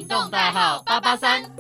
动代号883。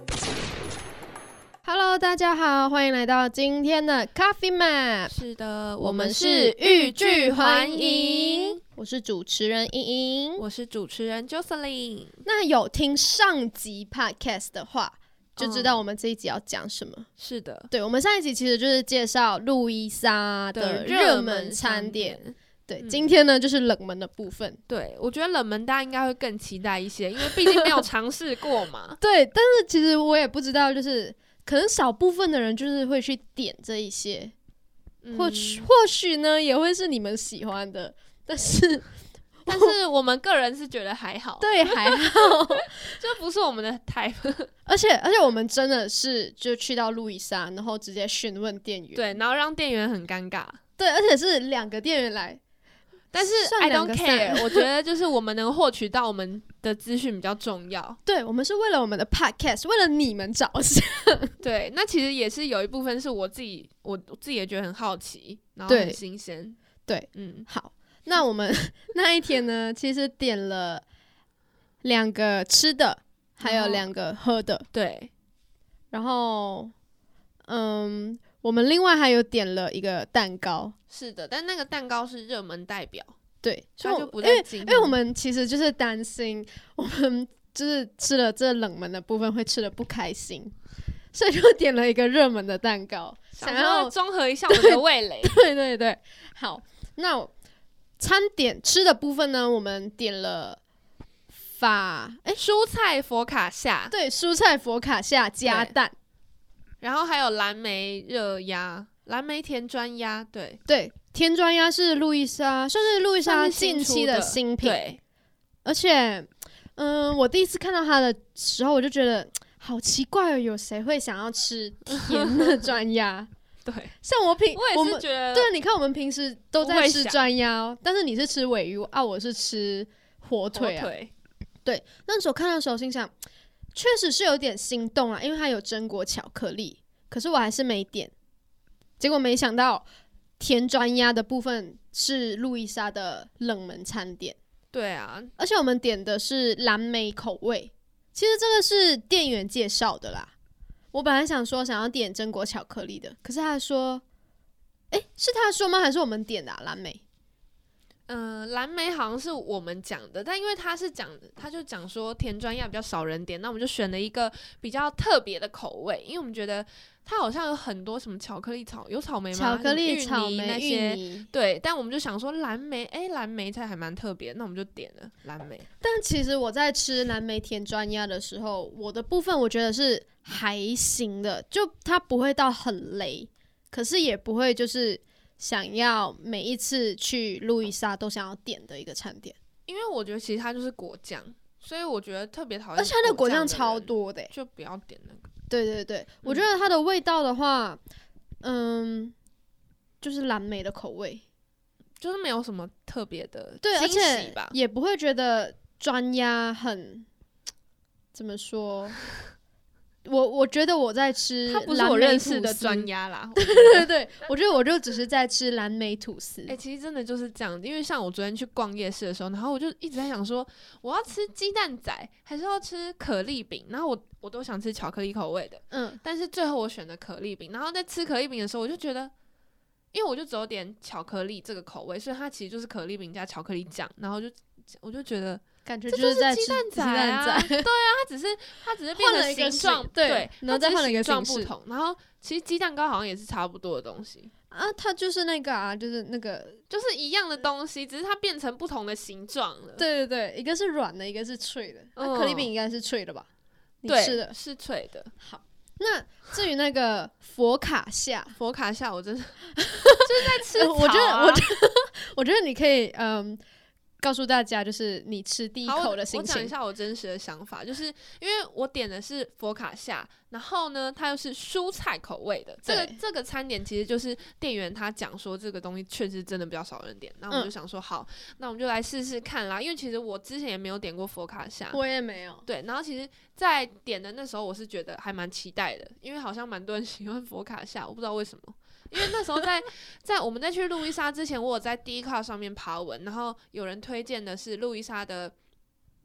Hello， 大家好，欢迎来到今天的 Coffee Map。 是的， 我们是欲拒还迎。我是主持人莹莹， 我是主持人 Jocelyn。 那有听上集 Podcast 的话，就知道我们这一集要讲什么。 是的， 对，我们上一集其实就是介绍路易莎的热门餐点。对，今天呢就是冷门的部分。 对，我觉得冷门大家应该会更期待一些，因为毕竟没有尝试过嘛。 对，但是其实我也不知道，就是可能少部分的人就是会去点这一些，或许呢也会是你们喜欢的，但是我们个人是觉得还好。 对，还好， 这不是我们的 type。 而且我们真的是就去到路易莎，然后直接询问店员， 对，然后让店员很尴尬。 对，而且是2个店员来。 但是 I don't care， 我觉得就是我们能获取到我们的资讯比较重要。 对，我们是为了我们的 podcast， 为了你们着想。 对，那其实也是有一部分是我自己也觉得很好奇，然后很新鲜。 对，好，那我们那一天呢，其实点了2个吃的，还有2个喝的。 对， 然后我们另外还有点了一个蛋糕。 是的，但那个蛋糕是热门代表。 对， 所以就不在因为我们其实就是担心我们就是吃了这冷门的部分会吃得不开心，所以就点了一个热门的蛋糕， 想要综合一下我们的味蕾。 对对对，好，那餐点吃的部分呢，我们点了蔬菜佛卡夏。 对，蔬菜佛卡夏加蛋， 然后还有蓝莓热鸭。蓝莓甜专鸭。 对，甜专鸭是路易莎，算是路易莎近期的新品。 对， 而且我第一次看到它的时候，我就觉得好奇怪哦，有谁会想要吃甜的专鸭？ 对， 像我也是觉得， 对，你看我们平时都在吃专鸭但是你是吃鲔鱼啊，我是吃火腿啊。对，那时候看到的时候心想，确实是有点心动啊，因为它有榛果巧克力，可是我还是没点。结果没想到甜专鸭的部分是路易莎的冷门餐点。 对啊， 而且我们点的是蓝莓口味，其实这个是店员介绍的啦。我本来想要点榛果巧克力的，可是他说是他说吗？还是我们点的蓝莓？ 蓝莓好像是我们讲的，但因为他就讲说甜专鸭比较少人点，那我们就选了一个比较特别的口味，因为我们觉得它好像有很多什么巧克力有草莓吗？ 巧克力、草莓那些。对，但我们就想说蓝莓菜还蛮特别，那我们就点了蓝莓。 但其实我在吃蓝莓甜专鸭的时候，我的部分我觉得是还行的，就它不会到很雷，可是也不会就是想要每一次去路易莎都想要点的一个餐点。 因为我觉得其实它就是果酱，所以我觉得特别讨厌， 而且它的果酱超多的就不要点那个。 对，我觉得它的味道的话，就是蓝莓的口味， 就是没有什么特别的对，而且吧， 也不会觉得专鸭很怎么说。我觉得我在吃蓝莓吐司， 它不是我认识的专鸭啦。 对，我觉得我就只是在吃蓝莓吐司。 其实真的就是这样，因为像我昨天去逛夜市的时候，然后我就一直在想说，我要吃鸡蛋仔还是要吃可丽饼，然后我都想吃巧克力口味的，但是最后我选了可丽饼。然后在吃可丽饼的时候，我就觉得，因为我就只有点巧克力这个口味，所以它其实就是可丽饼加巧克力酱，然后我就觉得。 感觉就是在吃鸡蛋仔啊，对啊，它只是变成形状，对， 然后再换了一个形式不同。然后其实鸡蛋糕好像也是差不多的东西啊，它就是那个啊，就是那个就是一样的东西，只是它变成不同的形状了。 对，一个是软的，一个是脆的。可丽饼应该是脆的吧？你吃的是脆的。 好，那至于那个佛卡夏， 我真的就是在吃草啊。 我觉得你可以告诉大家，就是你吃第一口的心情。 我讲一下我真实的想法，就是因为我点的是佛卡夏，然后呢，它又是蔬菜口味的。这个餐点其实就是店员他讲说这个东西确实真的比较少人点，那我们就想说好，那我们就来试试看啦。因为其实我之前也没有点过佛卡夏， 我也没有。 对，然后其实，在点的那时候，我是觉得还蛮期待的，因为好像蛮多人喜欢佛卡夏，我不知道为什么。因为那时候在我们在去路易莎之前，我有在 Dcard 上面爬文，然后有人推荐的是路易莎的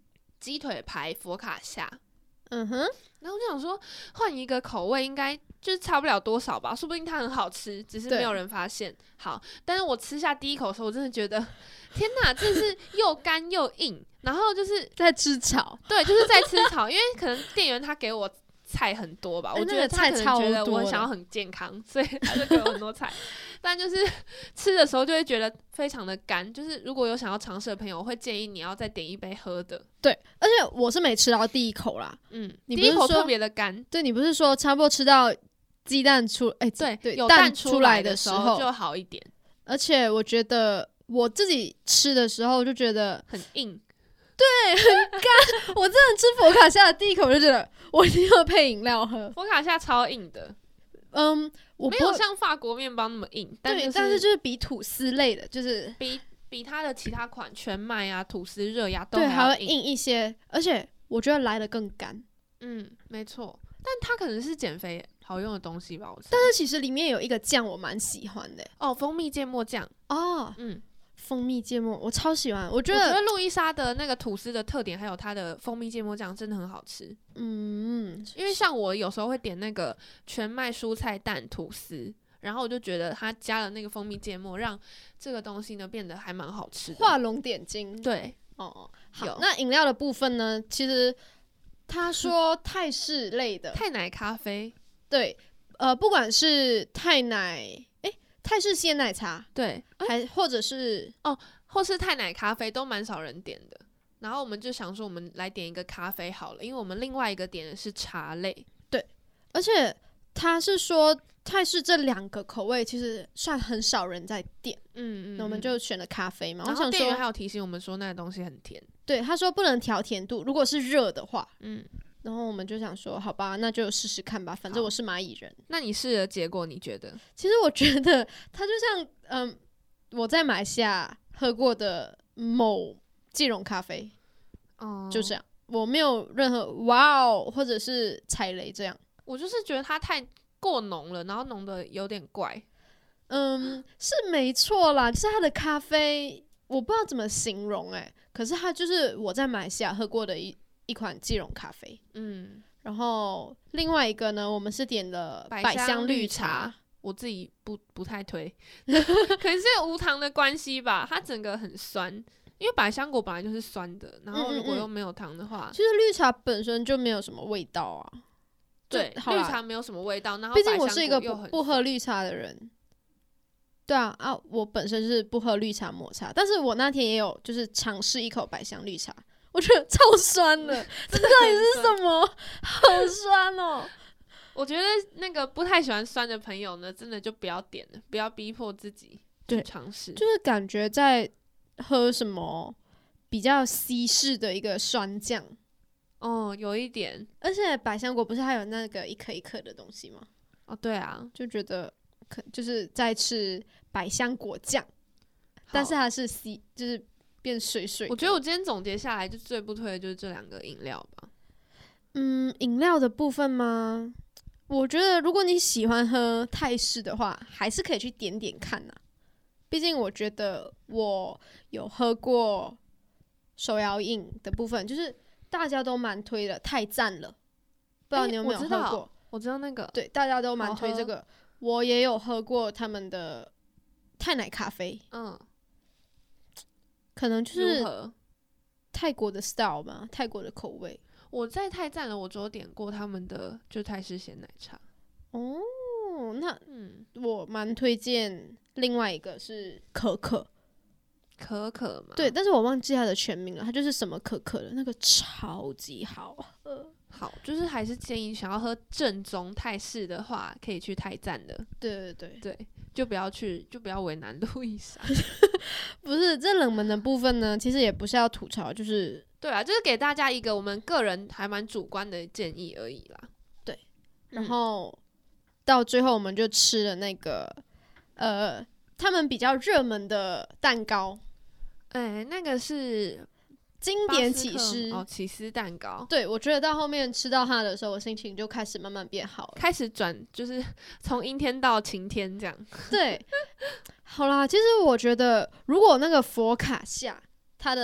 鸡腿排佛卡夏。 然后我就想说换一个口味应该就是差不了多少吧，说不定它很好吃，只是没有人发现。好，但是我吃下第一口的时候，我真的觉得天哪，这是又干又硬，然后就是在吃草。 对，就是在吃草，因为可能店员他给我菜很多吧，我觉得他可能觉得我想要很健康，所以他就给我很多菜。但就是吃的时候就会觉得非常的干，就是如果有想要尝试的朋友，我会建议你要再点一杯喝的。 对，而且我是没吃到第一口啦， 第一口特别的干。 对，你不是说差不多吃到鸡蛋对，有蛋出来的时候就好一点。 而且我觉得我自己吃的时候就觉得很硬。 对，很干。我真的吃佛卡夏的第一口就觉得我一定要配饮料喝。 佛卡夏超硬的， 我没有像法国面包那么硬，但是就是比吐司类的，就是比它的其他款全麦啊、吐司热压都还会硬一些，而且我觉得来得更干。 没错，但它可能是减肥好用的东西吧，我猜。 但是其实里面有一个酱我蛮喜欢的蜂蜜芥末酱蜂蜜芥末我超喜欢，我觉得路易莎的那个吐司的特点还有它的蜂蜜芥末酱真的很好吃。因为像我有时候会点那个全麦蔬菜蛋吐司，然后我就觉得它加了那个蜂蜜芥末，让这个东西呢变得还蛮好吃的， 画龙点睛。 对， 好，那饮料的部分呢，其实他说泰式类的泰奶咖啡， 对，不管是泰式鲜奶茶， 对， 或者是或是泰奶咖啡都蛮少人点的。然后我们就想说，我们来点一个咖啡好了，因为我们另外一个点的是茶类。 对，而且他是说泰式这2个口味其实算很少人在点，那我们就选了咖啡嘛。 然后店员还有提醒我们说那个东西很甜， 对，他说不能调甜度，如果是热的话，然后我们就想说，好吧，那就试试看吧，反正我是蚂蚁人。 那你试了结果你觉得？ 其实我觉得它就像我在马来西亚喝过的某即溶咖啡，就这样，我没有任何哇哦或者是踩雷这样。 我就是觉得它太过浓了，然后浓的有点怪。 是没错啦，就是它的咖啡我不知道怎么形容可是它就是我在马来西亚喝过的一款即溶咖啡。然后另外一个呢，我们是点了百香绿茶， 我自己不太推，可能是无糖的关系吧，它整个很酸，因为百香果本来就是酸的，然后如果又没有糖的话， 其实绿茶本身就没有什么味道啊。 对，绿茶没有什么味道，然后毕竟我是一个不喝绿茶的人。对啊，我本身是不喝绿茶抹茶，但是我那天也有就是尝试一口百香绿茶，我觉得超酸的，这到底是什么？好酸哦！ 我觉得那个不太喜欢酸的朋友呢，真的就不要点了，不要逼迫自己去尝试， 就是感觉在喝什么比较西式的一个酸酱。 有一点， 而且百香果不是还有那个一颗一颗的东西吗？ 对啊， 就觉得就是在吃百香果酱，但是它是就是变水水的。 我觉得我今天总结下来，就最不推的就是这2个饮料吧。 饮料的部分吗？我觉得如果你喜欢喝泰式的话，还是可以去点点看啊。毕竟我觉得我有喝过手摇饮的部分，就是大家都蛮推的，太赞了。不知道你有没有喝过？ 我知道那个， 对，大家都蛮推这个。我也有喝过他们的泰奶咖啡，可能就是泰国的 style 吧，泰国的口味。 我在泰赞了，我只有点过他们的就泰式鲜奶茶。 那我蛮推荐另外一个是可可嘛， 对，但是我忘记它的全名了，它就是什么可可的那个超级好喝。 好，就是还是建议想要喝正宗泰式的话，可以去泰赞的。 对， 就不要为难路易莎。 不是，这冷门的部分呢，其实也不是要吐槽，就是对啊，就是给大家一个我们个人还蛮主观的建议而已啦。 对，然后到最后我们就吃了那个他们比较热门的蛋糕， 那个是经典起司起司蛋糕。 对，我觉得到后面吃到它的时候，我心情就开始慢慢变好了， 开始就是从阴天到晴天这样。 对，好啦，其实我觉得如果那个佛卡夏它的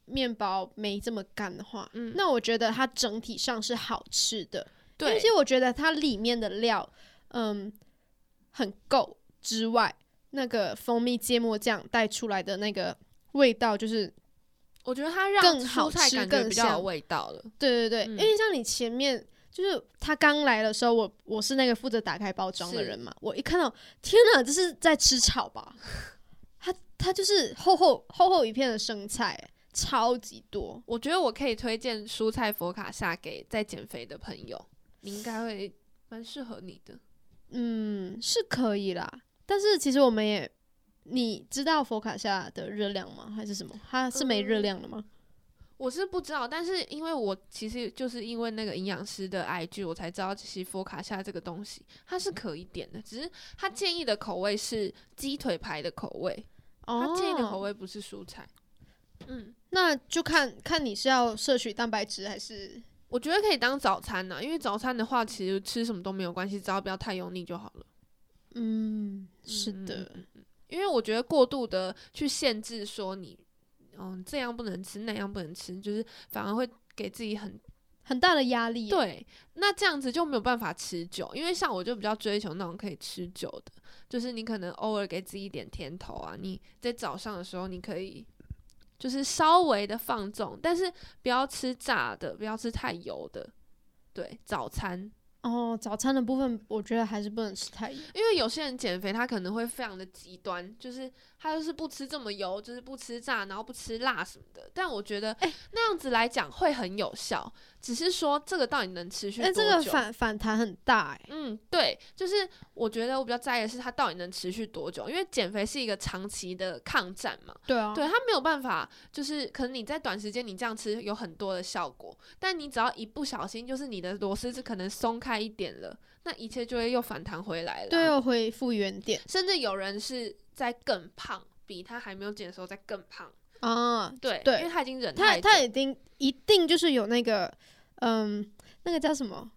面包没这么干的话，那我觉得它整体上是好吃的。 对， 而且我觉得它里面的料，很够之外，那个蜂蜜芥末酱带出来的那个味道，就是我觉得它让更好吃、 蔬菜感觉比较有味道了。 对对对，因为像你前面。就是他刚来的时候，我是那个负责打开包装的人嘛。我一看到，天哪，这是在吃草吧？它就是厚一片的生菜，超级多。 我觉得我可以推荐蔬菜佛卡夏给在减肥的朋友，你应该会蛮适合你的。 是可以啦。但是其实我们也，你知道佛卡夏的热量吗？还是什么？它是没热量的吗？ 我是不知道，但是因为我其实就是因为那个营养师的 IG 我才知道其实佛卡夏这个东西它是可以点的，只是他建议的口味是鸡腿排的口味，他建议的口味不是蔬菜。 那就看你是要摄取蛋白质还是？ 我觉得可以当早餐因为早餐的话其实吃什么都没有关系，只要不要太油腻就好了。 是的， 因为我觉得过度的去限制说你这样不能吃，那样不能吃，就是反而会给自己很大的压力。 对，那这样子就没有办法持久。因为像我就比较追求那种可以持久的，就是你可能偶尔给自己一点甜头啊，你在早上的时候你可以就是稍微的放纵，但是不要吃炸的，不要吃太油的。对，早餐。 早餐的部分我觉得还是不能吃太油， 因为有些人减肥他可能会非常的极端，就是他就是不吃这么油，就是不吃炸，然后不吃辣什么的。但我觉得那样子来讲会很有效，只是说这个到底能持续多久？ 这个反弹很大对，就是我觉得我比较在意的是它到底能持续多久，因为减肥是一个长期的抗战嘛。 对啊， 对，它没有办法，就是可能你在短时间你这样吃有很多的效果，但你只要一不小心，就是你的螺丝可能松开一点了，那一切就会又反弹回来了， 对，又恢复原点。 甚至有人是在更胖，比他还没有减的时候再更胖对，因为他已经忍太久， 他一定就是有那个那个叫什么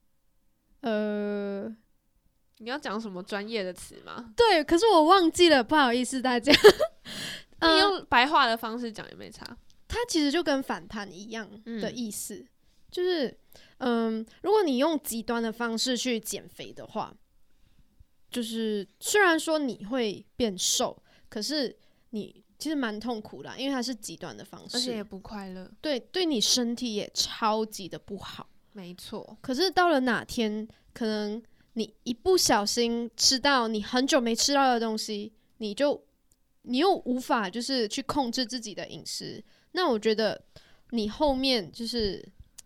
你要讲什么专业的词吗？ 对，可是我忘记了，不好意思大家。 你用白话的方式讲也没差。 它其实就跟反弹一样的意思，就是如果你用极端的方式去减肥的话，就是虽然说你会变瘦，可是你其实蛮痛苦的，因为它是极端的方式， 而且也不快乐。 对你身体也超级的不好。 没错。 可是到了哪天，可能你一不小心吃到你很久没吃到的东西，你又无法就是去控制自己的饮食，那我觉得你后面就是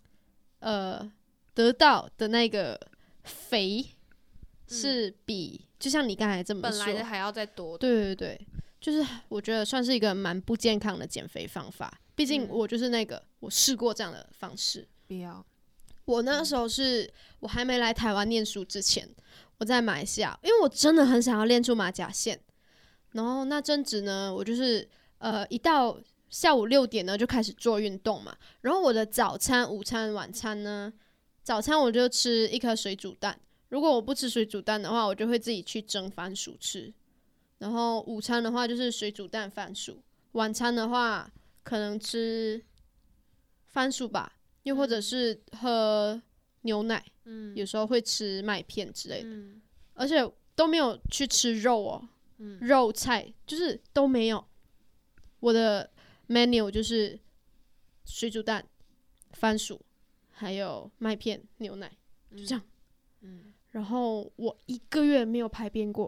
得到的那个肥是比就像你刚才这么说本来的还要再多的。 对对对，就是我觉得算是一个蛮不健康的减肥方法。毕竟我就是那个我试过这样的方式。 不要。 我那时候是我还没来台湾念书之前，我在马来西亚，因为我真的很想要练出马甲线。然后那阵子呢，我就是一到下午6点呢就开始做运动嘛。然后我的早餐、午餐、晚餐呢，早餐我就吃1颗水煮蛋，如果我不吃水煮蛋的话，我就会自己去蒸番薯吃。然后午餐的话就是水煮蛋番薯，晚餐的话可能吃番薯吧，又或者是喝牛奶，有时候会吃麦片之类的，而且都没有去吃肉肉菜就是都没有。我的 menu 就是水煮蛋、番薯，还有麦片、牛奶，就这样。然后我1个月没有排便过。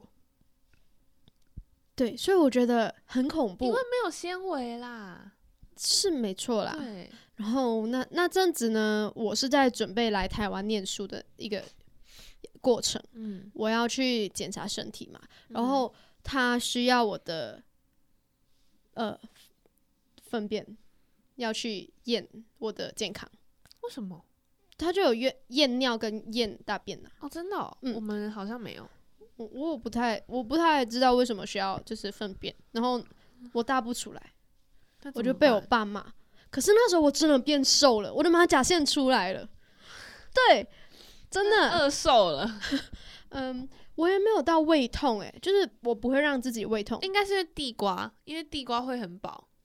对，所以我觉得很恐怖， 因为没有纤维啦， 是没错啦。 对。 然后那阵子呢，我是在准备来台湾念书的一个过程。我要去检查身体嘛，然后他需要我的粪便，要去验我的健康。 为什么？ 他就有验尿跟验大便啊。 真的我们好像没有。 我不太知道为什么需要就是粪便，然后我大不出来，我就被我爸骂。可是那时候我真的变瘦了，我的马甲线出来了。对，真的饿瘦了。 我也没有到胃痛就是我不会让自己胃痛。 应该是地瓜，因为地瓜会很饱。 对，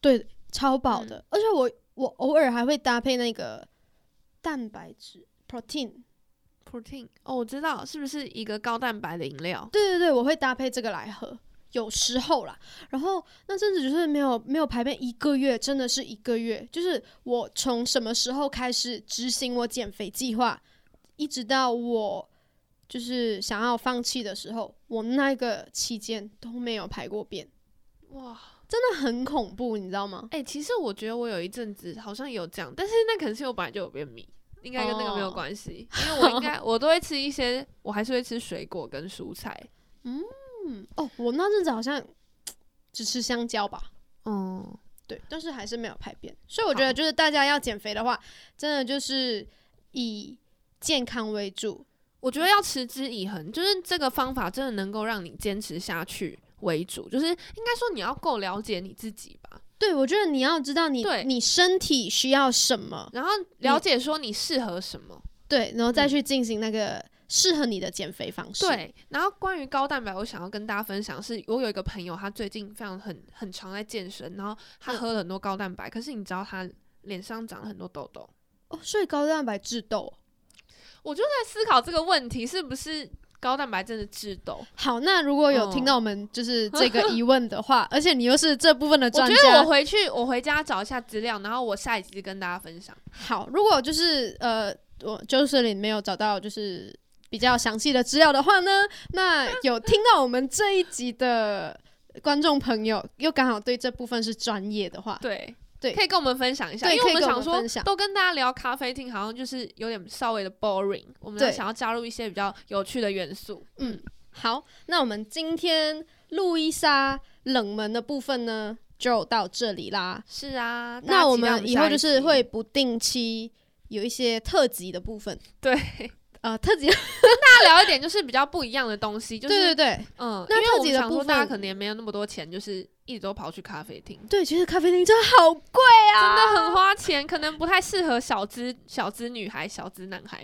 超饱的，而且我偶尔还会搭配那个蛋白质 protein。 哦，我知道，是不是一个高蛋白的饮料？ 对对对，我会搭配这个来喝，有时候啦。然后那阵子就是没有排便1个月，真的是1个月。就是我从什么时候开始执行我减肥计划，一直到我就是想要放弃的时候，我那个期间都没有排过便。哇，真的很恐怖，你知道吗？ 其实我觉得我有一阵子好像有这样，但是那可能是我本来就有便秘。应该跟那个没有关系，因为我都会吃一些，我还是会吃水果跟蔬菜。 我那阵子好像只吃香蕉吧。对，但是还是没有排便，所以我觉得就是大家要减肥的话，真的就是以健康为主。 我觉得要持之以恒，就是这个方法真的能够让你坚持下去为主，就是应该说你要够了解你自己吧。 对，我觉得你要知道你身体需要什么， 然后了解说你适合什么， 对，然后再去进行那个适合你的减肥方式。 对，然后关于高蛋白，我想要跟大家分享是，我有一个朋友，他最近非常很常在健身，然后他喝了很多高蛋白，可是你知道他脸上长了很多痘痘。 所以高蛋白致痘？ 我就在思考这个问题，是不是高蛋白真的致痘？ 好，那如果有听到我们就是这个疑问的话，而且你又是这部分的专家， 我觉得我回家找一下资料，然后我下一集跟大家分享。 好，如果就是我就是你没有找到就是比较详细的资料的话呢，那有听到我们这一集的观众朋友又刚好对这部分是专业的话， 对，可以跟我们分享一下，因为我们想说都跟大家聊咖啡厅好像就是有点稍微的 boring， 我们想要加入一些比较有趣的元素。 好，那我们今天路易莎冷门的部分呢就到这里啦。 是啊， 那我们以后就是会不定期有一些特辑的部分。 对， 特辑跟大家聊一点就是比较不一样的东西，就是对， 那特辑的部分大家可能也没有那么多钱，就是一直都跑去咖啡厅。 对，其实咖啡厅真的好贵啊， 真的很花钱，可能不太适合小资女孩、小资男孩。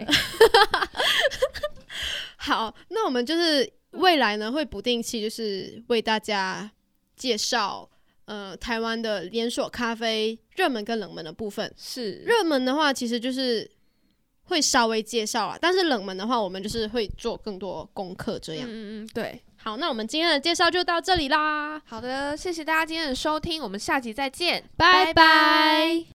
好，那我们就是未来呢会不定期就是为大家介绍台湾的连锁咖啡热门跟冷门的部分。 是热门的话其实就是会稍微介绍啦，但是冷门的话我们就是会做更多功课这样。 对。 好，那我们今天的介绍就到这里啦。 好的，谢谢大家今天的收听，我们下集再见， 拜拜。